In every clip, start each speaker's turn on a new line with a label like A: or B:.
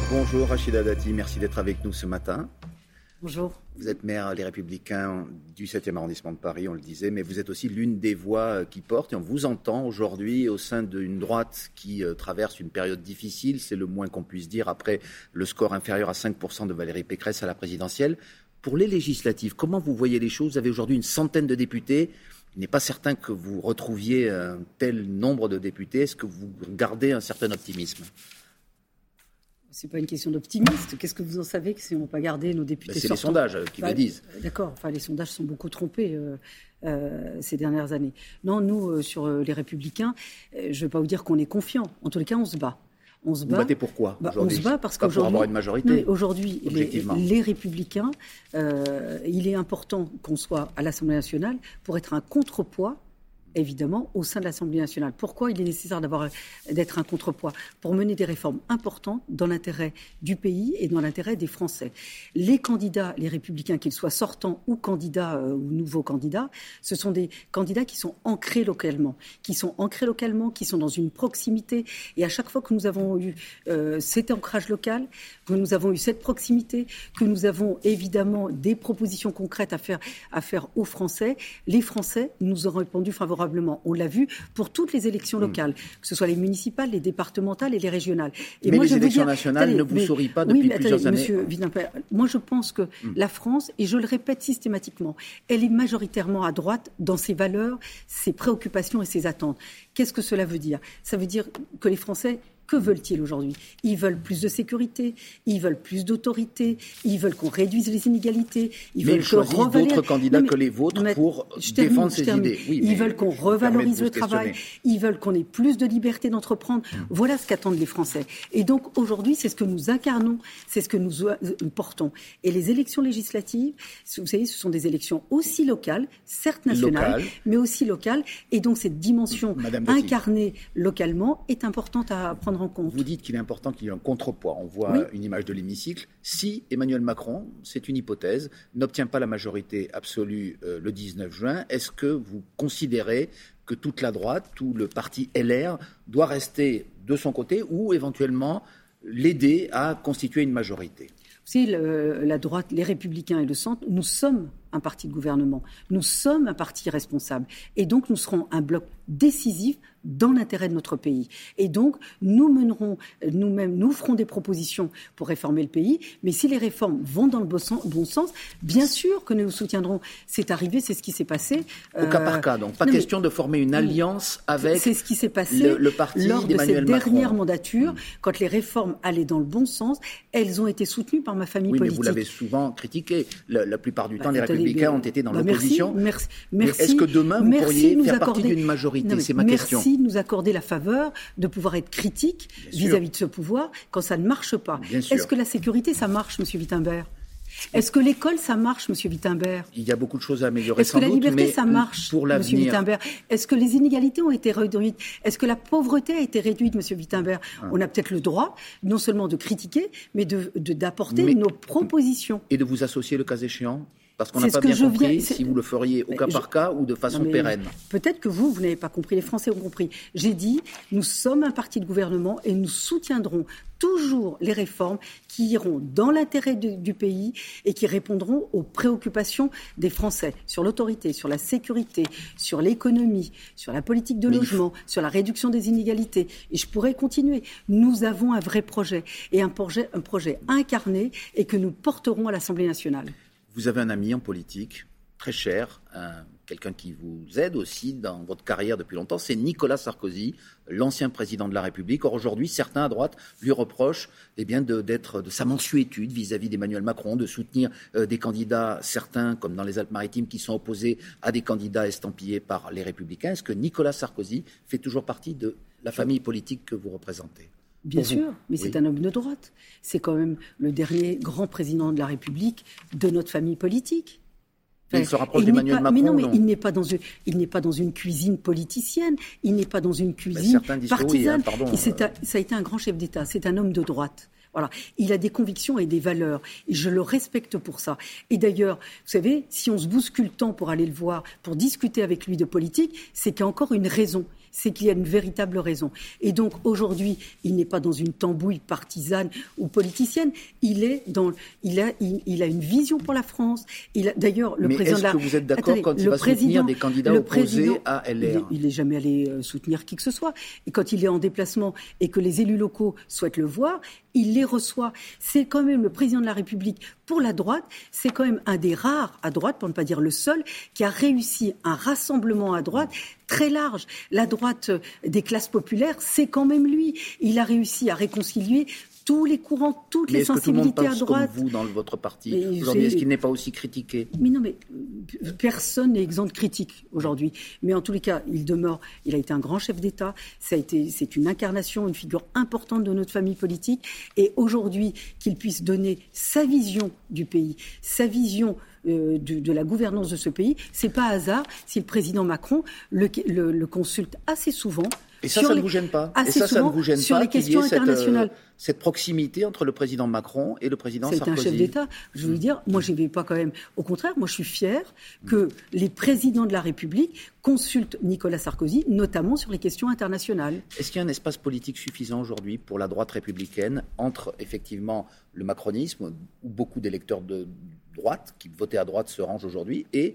A: Bonjour Rachida Dati, merci d'être avec nous ce matin.
B: Bonjour.
A: Vous êtes maire Les Républicains du 7e arrondissement de Paris, on le disait, mais vous êtes aussi l'une des voix qui portent, et on vous entend aujourd'hui au sein d'une droite qui traverse une période difficile, c'est le moins qu'on puisse dire, après le score inférieur à 5% de Valérie Pécresse à la présidentielle. Pour les législatives, comment vous voyez les choses ? Vous avez aujourd'hui une centaine de députés. Il n'est pas certain que vous retrouviez un tel nombre de députés. Est-ce que vous gardez un certain optimisme ?
B: Ce n'est pas une question d'optimisme. Qu'est-ce que vous en savez que si on n'a pas gardé nos députés
A: C'est
B: sortants ?
A: les sondages qui le disent.
B: D'accord. Enfin, les sondages sont beaucoup trompés ces dernières années. Non, nous, sur les Républicains, je ne vais pas vous dire qu'on est confiants. En tous les cas, on se bat. On se bat.
A: Vous battez pourquoi aujourd'hui ?
B: On se bat parce
A: pas pour avoir une majorité.
B: Aujourd'hui, les Républicains, il est important qu'on soit à l'Assemblée nationale pour être un contrepoids, évidemment, au sein de l'Assemblée nationale. Pourquoi il est nécessaire d'être un contrepoids ? Pour mener des réformes importantes dans l'intérêt du pays et dans l'intérêt des Français. Les candidats, les Républicains, qu'ils soient sortants ou candidats ou nouveaux candidats, ce sont des candidats qui sont ancrés localement, qui sont dans une proximité. Et à chaque fois que nous avons eu cet ancrage local, que nous avons eu cette proximité, que nous avons évidemment des propositions concrètes à faire aux Français, les Français nous ont répondu favorablement. On l'a vu pour toutes les élections locales, que ce soit les municipales, les départementales et les régionales. Et
A: mais les élections nationales ne vous sourient pas depuis plusieurs années.
B: Monsieur Widinter, moi je pense que la France, et je le répète systématiquement, elle est majoritairement à droite dans ses valeurs, ses préoccupations et ses attentes. Qu'est-ce que cela veut dire ? Ça veut dire que les Français... Que veulent-ils aujourd'hui ? Ils veulent plus de sécurité, ils veulent plus d'autorité, ils veulent qu'on réduise les inégalités,
A: mais ils choisissent d'autres candidats que les vôtres pour défendre ces idées. Oui,
B: ils veulent qu'on revalorise le travail, ils veulent qu'on ait plus de liberté d'entreprendre. Voilà ce qu'attendent les Français. Et donc aujourd'hui, c'est ce que nous incarnons, c'est ce que nous portons. Et les élections législatives, vous savez, ce sont des élections aussi locales, certes nationales, mais aussi locales. Et donc cette dimension incarnée localement est importante à prendre en compte.
A: Vous dites qu'il est important qu'il y ait un contrepoids. On voit une image de l'hémicycle. Si Emmanuel Macron, c'est une hypothèse, n'obtient pas la majorité absolue le 19 juin, est-ce que vous considérez que toute la droite, tout le parti LR, doit rester de son côté ou éventuellement l'aider à constituer une majorité ?
B: Vous savez, la droite, les Républicains et le centre, nous sommes un parti de gouvernement. Nous sommes un parti responsable. Et donc, nous serons un bloc décisif dans l'intérêt de notre pays. Et donc, nous mènerons nous-mêmes, nous ferons des propositions pour réformer le pays. Mais si les réformes vont dans le bon sens, bien sûr que nous nous soutiendrons. C'est arrivé, c'est ce qui s'est passé.
A: Au cas par cas, donc pas question de former une alliance avec
B: c'est ce qui s'est passé
A: le parti
B: lors de
A: d'Emmanuel
B: cette
A: Macron.
B: Dernière mandature, quand les réformes allaient dans le bon sens, elles ont été soutenues par ma famille politique.
A: Oui, mais vous l'avez souvent critiqué. La plupart du temps, les Républicains ont été dans l'opposition.
B: Merci.
A: Est-ce que demain, vous pourriez faire partie d'une majorité ? C'est ma question.
B: Merci de nous accorder la faveur de pouvoir être critique vis-à-vis de ce pouvoir quand ça ne marche pas. Est-ce que la sécurité, ça marche, M. Wittenberg ? Est-ce que l'école, ça marche, M. Wittenberg ?
A: Il y a beaucoup de choses à améliorer sans doute,
B: mais... Est-ce que la liberté, ça marche,
A: pour
B: M.
A: l'avenir...
B: Wittenberg ? Est-ce que les inégalités ont été réduites ? Est-ce que la pauvreté a été réduite, M. Wittenberg ? On a peut-être le droit, non seulement de critiquer, mais d'apporter nos propositions.
A: Et de vous associer le cas échéant ? Parce qu'on n'a pas bien compris si vous le feriez au cas par cas ou de façon pérenne.
B: Peut-être que vous n'avez pas compris, les Français ont compris. J'ai dit, nous sommes un parti de gouvernement et nous soutiendrons toujours les réformes qui iront dans l'intérêt du pays et qui répondront aux préoccupations des Français sur l'autorité, sur la sécurité, sur l'économie, sur la politique de logement, sur la réduction des inégalités. Et je pourrais continuer. Nous avons un vrai projet et un projet incarné et que nous porterons à l'Assemblée nationale.
A: Vous avez un ami en politique, très cher, quelqu'un qui vous aide aussi dans votre carrière depuis longtemps, c'est Nicolas Sarkozy, l'ancien président de la République. Or aujourd'hui, certains à droite lui reprochent de sa mansuétude vis-à-vis d'Emmanuel Macron, de soutenir des candidats, certains comme dans les Alpes-Maritimes, qui sont opposés à des candidats estampillés par les Républicains. Est-ce que Nicolas Sarkozy fait toujours partie de la famille politique que vous représentez ?
B: Bien sûr, mais c'est un homme de droite. C'est quand même le dernier grand président de la République de notre famille politique.
A: Il se rapproche d'Emmanuel Macron.
B: Mais non, mais il n'est pas dans une cuisine politicienne, il n'est pas dans une cuisine partisane. Ça a été un grand chef d'État, c'est un homme de droite. Voilà. Il a des convictions et des valeurs. Et je le respecte pour ça. Et d'ailleurs, vous savez, si on se bouscule tant pour aller le voir, pour discuter avec lui de politique, c'est qu'il y a encore une raison. c'est qu'il y a une véritable raison. Et donc aujourd'hui, il n'est pas dans une tambouille partisane ou politicienne. Il a une vision pour la France. D'ailleurs, le président
A: est-ce que vous êtes d'accord quand il va soutenir des candidats opposés à LR?
B: Il n'est jamais allé soutenir qui que ce soit. Et quand il est en déplacement et que les élus locaux souhaitent le voir, il les reçoit. C'est quand même le président de la République pour la droite. C'est quand même un des rares à droite, pour ne pas dire le seul, qui a réussi un rassemblement à droite très large. La droite des classes populaires, c'est quand même lui. Il a réussi à réconcilier tous les courants, toutes les sensibilités à droite.
A: Est-ce que tout le monde pense comme vous dans votre parti aujourd'hui? Est-ce qu'il n'est pas aussi critiqué?
B: Mais non, mais personne n'est exempt de critique aujourd'hui. Mais en tous les cas, il a été un grand chef d'État. C'est une incarnation, une figure importante de notre famille politique. Et aujourd'hui, qu'il puisse donner sa vision du pays, sa vision de la gouvernance de ce pays, c'est pas hasard si le président Macron le consulte assez souvent.
A: Et ça ne vous gêne pas? Et ça ne vous gêne
B: sur
A: pas
B: les questions internationales.
A: Cette proximité entre le président Macron et le président Sarkozy?
B: C'est un chef d'État. Je veux dire, moi, je ne vais pas quand même. Au contraire, moi, je suis fière que les présidents de la République consultent Nicolas Sarkozy, notamment sur les questions internationales.
A: Est-ce qu'il y a un espace politique suffisant aujourd'hui pour la droite républicaine entre, effectivement, le macronisme, où beaucoup d'électeurs de droite, qui votaient à droite, se rangent aujourd'hui, et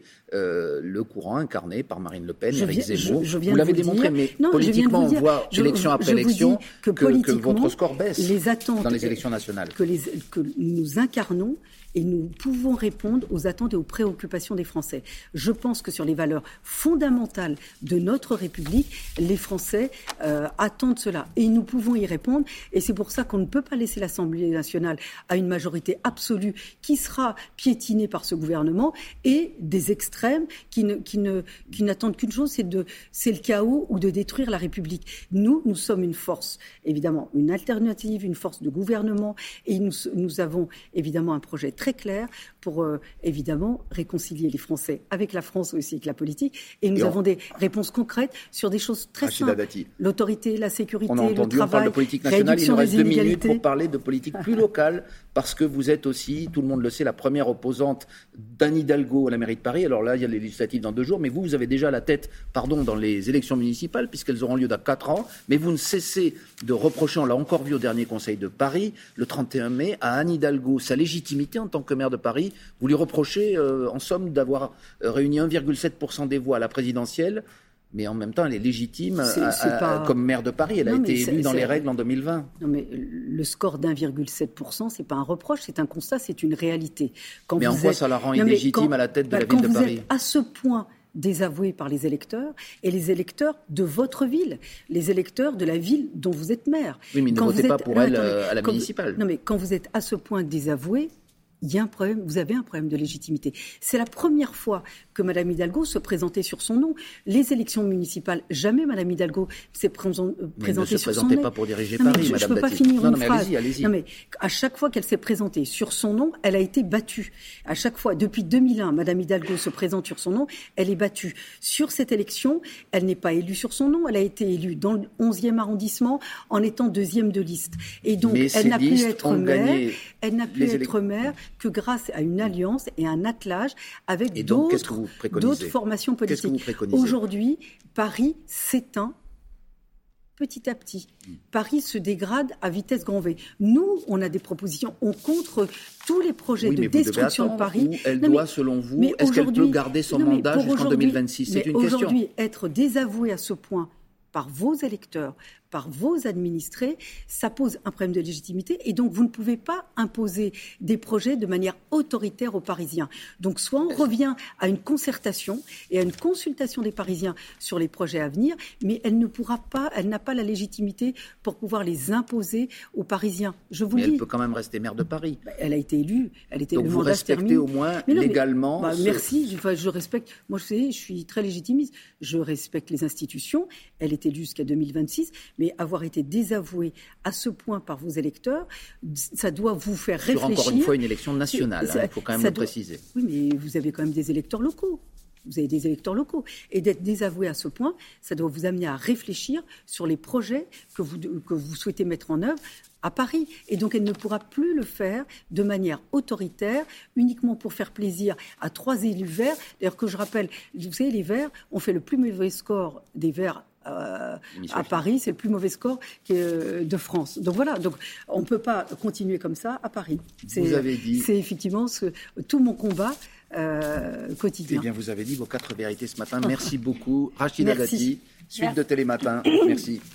A: le courant incarné par Marine Le Pen, Éric Zemmour? Vous l'avez démontré, mais politiquement, on voit élection après élection que votre score baisse dans les élections nationales.
B: Que nous incarnons et nous pouvons répondre aux attentes et aux préoccupations des Français. Je pense que sur les valeurs fondamentales de notre République, les Français attendent cela. Et nous pouvons y répondre. Et c'est pour ça qu'on ne peut pas laisser l'Assemblée nationale à une majorité absolue qui sera piétinée par ce gouvernement et des extrêmes qui n'attendent qu'une chose, c'est le chaos ou de détruire la République. Nous sommes une force, évidemment, une alternative, une force de gouvernement. Et nous avons évidemment un projet très clair pour, évidemment, réconcilier les Français avec la France aussi, avec la politique. Et nous avons des réponses concrètes sur des choses très simples.
A: L'autorité,
B: la sécurité,
A: le travail, on parle de politique nationale. Il nous reste 2 minutes pour parler de politique plus locale, parce que vous êtes aussi, tout le monde le sait, la première opposante d'Anne Hidalgo à la mairie de Paris. Alors là, il y a les législatives dans 2 jours, mais vous avez déjà la tête, dans les élections municipales, puisqu'elles auront lieu dans 4 ans. Mais vous ne cessez de reprocher, on l'a encore vu au dernier Conseil de Paris, le 31 mai, à Anne Hidalgo, sa légitimité en tant que maire de Paris. Vous lui reprochez, en somme, d'avoir réuni 1,7% des voix à la présidentielle, mais en même temps, elle est légitime comme maire de Paris. Elle a été élue dans les règles en 2020.
B: Non, mais le score d'1,7%, c'est pas un reproche, c'est un constat, c'est une réalité.
A: Mais en quoi ça la rend illégitime à la tête de la ville de Paris?
B: Quand vous êtes à ce point désavoué par les électeurs, et les électeurs de votre ville, les électeurs de la ville dont vous êtes maire.
A: Oui, mais ne votez pas pour elle à la municipale.
B: Non, mais quand vous êtes à ce point désavoué, il y a un problème, vous avez un problème de légitimité. C'est la première fois que Mme Hidalgo se présentait sur son nom. Les élections municipales, jamais Mme Hidalgo s'est présentée sur son nom.
A: Mais elle ne se présentait pas pour diriger Paris, Mme Dati.
B: Je ne peux pas finir une phrase.
A: Allez-y.
B: Non, mais à chaque fois qu'elle s'est présentée sur son nom, elle a été battue. À chaque fois, depuis 2001, Mme Hidalgo se présente sur son nom, elle est battue. Sur cette élection, elle n'est pas élue sur son nom, elle a été élue dans le 11e arrondissement en étant 2e de liste. Et donc, elle n'a pu être maire que grâce à une alliance et un attelage avec d'autres formations politiques. Aujourd'hui, Paris s'éteint petit à petit. Paris se dégrade à vitesse grand V. Nous, on a des propositions, on contre tous les projets de destruction de Paris.
A: Elle doit, selon vous, est-ce qu'elle peut garder son mandat jusqu'en 2026? C'est une question.
B: Aujourd'hui, être désavoué à ce point par vos électeurs, par vos administrés, ça pose un problème de légitimité et donc vous ne pouvez pas imposer des projets de manière autoritaire aux Parisiens. Donc soit on revient à une concertation et à une consultation des Parisiens sur les projets à venir, mais elle n'a pas la légitimité pour pouvoir les imposer aux Parisiens. Mais
A: elle peut quand même rester maire de Paris.
B: Elle a été élue,
A: donc vous respectez au moins légalement.
B: Merci, je respecte. Moi, je suis très légitimiste. Je respecte les institutions. Elle est élue jusqu'à 2026, mais avoir été désavoué à ce point par vos électeurs, ça doit vous faire réfléchir.
A: Sur encore une fois une élection nationale, il faut quand même le préciser.
B: Oui, mais vous avez quand même des électeurs locaux. Vous avez des électeurs locaux. Et d'être désavoué à ce point, ça doit vous amener à réfléchir sur les projets que vous souhaitez mettre en œuvre à Paris. Et donc, elle ne pourra plus le faire de manière autoritaire, uniquement pour faire plaisir à 3 élus verts. D'ailleurs, que je rappelle, vous savez, les Verts ont fait le plus mauvais score des Verts à Paris, c'est le plus mauvais score de France. Donc voilà, donc on ne peut pas continuer comme ça à Paris.
A: Vous avez dit...
B: C'est effectivement tout mon combat quotidien.
A: Eh bien, vous avez dit vos 4 vérités ce matin. Merci beaucoup. Rachida Dati, suite de Télématin. Merci.